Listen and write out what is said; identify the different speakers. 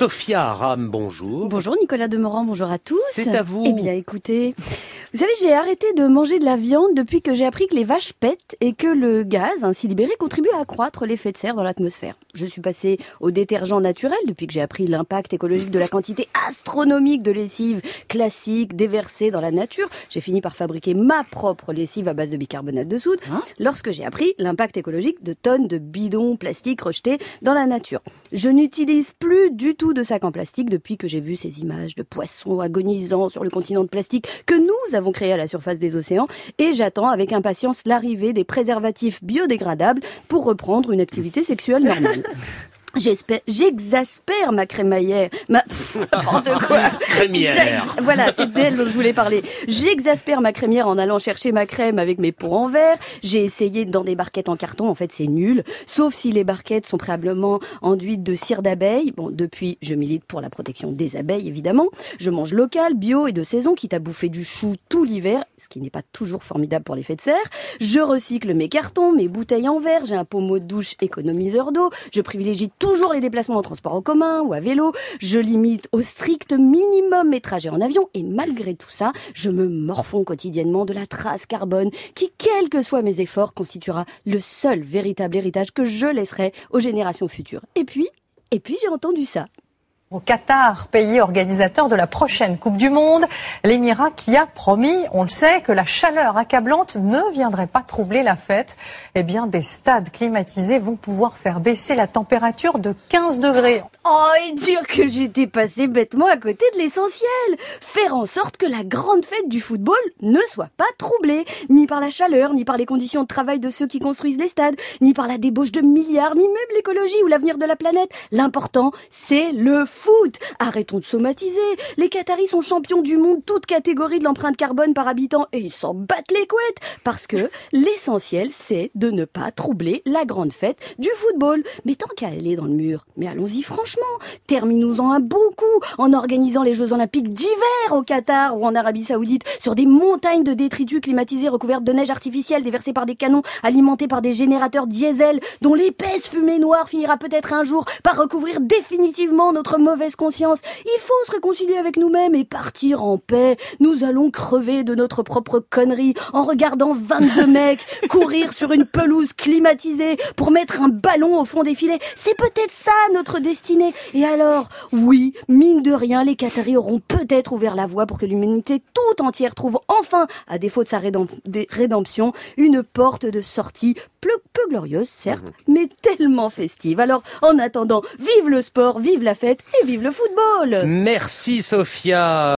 Speaker 1: Sophia Aram, bonjour.
Speaker 2: Bonjour Nicolas Demorand, bonjour à tous.
Speaker 1: C'est à vous.
Speaker 2: Eh bien écoutez, vous savez, j'ai arrêté de manger de la viande depuis que j'ai appris que les vaches pètent et que le gaz ainsi libéré contribue à accroître l'effet de serre dans l'atmosphère. Je suis passée au détergent naturel depuis que j'ai appris l'impact écologique de la quantité astronomique de lessive classique déversée dans la nature. J'ai fini par fabriquer ma propre lessive à base de bicarbonate de soude lorsque j'ai appris l'impact écologique de tonnes de bidons plastiques rejetés dans la nature. Je n'utilise plus du tout de sacs en plastique depuis que j'ai vu ces images de poissons agonisant sur le continent de plastique que nous avons créé à la surface des océans, et j'attends avec impatience l'arrivée des préservatifs biodégradables pour reprendre une activité sexuelle normale. J'exaspère ma crémaillère. N'importe quoi.
Speaker 1: Crémière.
Speaker 2: Voilà, c'est d'elle dont je voulais parler. J'exaspère ma crémière en allant chercher ma crème avec mes pots en verre. J'ai essayé dans des barquettes en carton. En fait, c'est nul. Sauf si les barquettes sont préalablement enduites de cire d'abeille. Bon, depuis, je milite pour la protection des abeilles, évidemment. Je mange local, bio et de saison, quitte à bouffer du chou tout l'hiver, ce qui n'est pas toujours formidable pour l'effet de serre. Je recycle mes cartons, mes bouteilles en verre. J'ai un pommeau de douche économiseur d'eau. Je privilégie toujours les déplacements en transport en commun ou à vélo. Je limite au strict minimum mes trajets en avion. Et malgré tout ça, je me morfonds quotidiennement de la trace carbone qui, quels que soient mes efforts, constituera le seul véritable héritage que je laisserai aux générations futures. Et puis j'ai entendu ça.
Speaker 3: Au Qatar, pays organisateur de la prochaine Coupe du Monde, l'Émirat qui a promis, on le sait, que la chaleur accablante ne viendrait pas troubler la fête. Eh bien, des stades climatisés vont pouvoir faire baisser la température de 15 degrés.
Speaker 2: Oh, et dire que j'étais passé bêtement à côté de l'essentiel. Faire en sorte que la grande fête du football ne soit pas troublée, ni par la chaleur, ni par les conditions de travail de ceux qui construisent les stades, ni par la débauche de milliards, ni même l'écologie ou l'avenir de la planète. L'important, c'est le foot. Arrêtons de somatiser. Les Qataris sont champions du monde, toutes catégories de l'empreinte carbone par habitant, et ils s'en battent les couettes, parce que l'essentiel, c'est de ne pas troubler la grande fête du football. Mais tant qu'à aller dans le mur, mais allons-y franchement. Terminons-en un bon coup en organisant les Jeux Olympiques d'hiver au Qatar ou en Arabie Saoudite sur des montagnes de détritus climatisés recouvertes de neige artificielle déversées par des canons alimentés par des générateurs diesel dont l'épaisse fumée noire finira peut-être un jour par recouvrir définitivement notre mauvaise conscience. Il faut se réconcilier avec nous-mêmes et partir en paix. Nous allons crever de notre propre connerie en regardant 22 mecs courir sur une pelouse climatisée pour mettre un ballon au fond des filets. C'est peut-être ça notre destinée. Et alors, oui, mine de rien, les Qataris auront peut-être ouvert la voie pour que l'humanité tout entière trouve enfin, à défaut de sa rédemption, une porte de sortie peu glorieuse, certes, mais tellement festive. Alors, en attendant, vive le sport, vive la fête et vive le football.
Speaker 1: Merci Sophia.